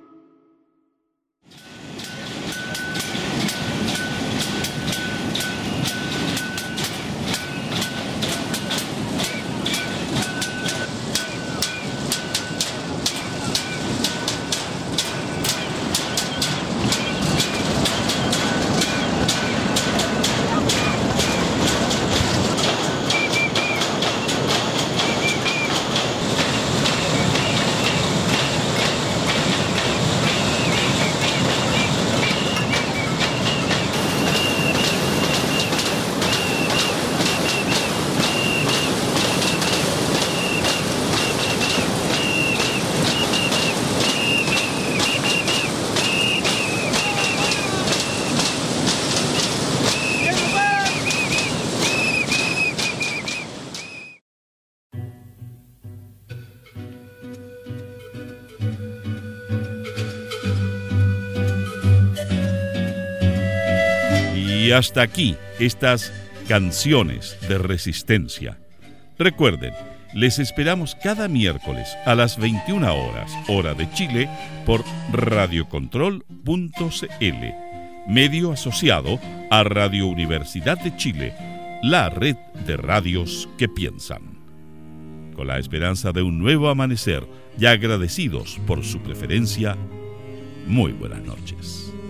Y hasta aquí estas canciones de resistencia. Recuerden, les esperamos cada miércoles a las 21 horas, hora de Chile, por radiocontrol.cl, medio asociado a Radio Universidad de Chile, la red de radios que piensan. Con la esperanza de un nuevo amanecer y agradecidos por su preferencia, muy buenas noches.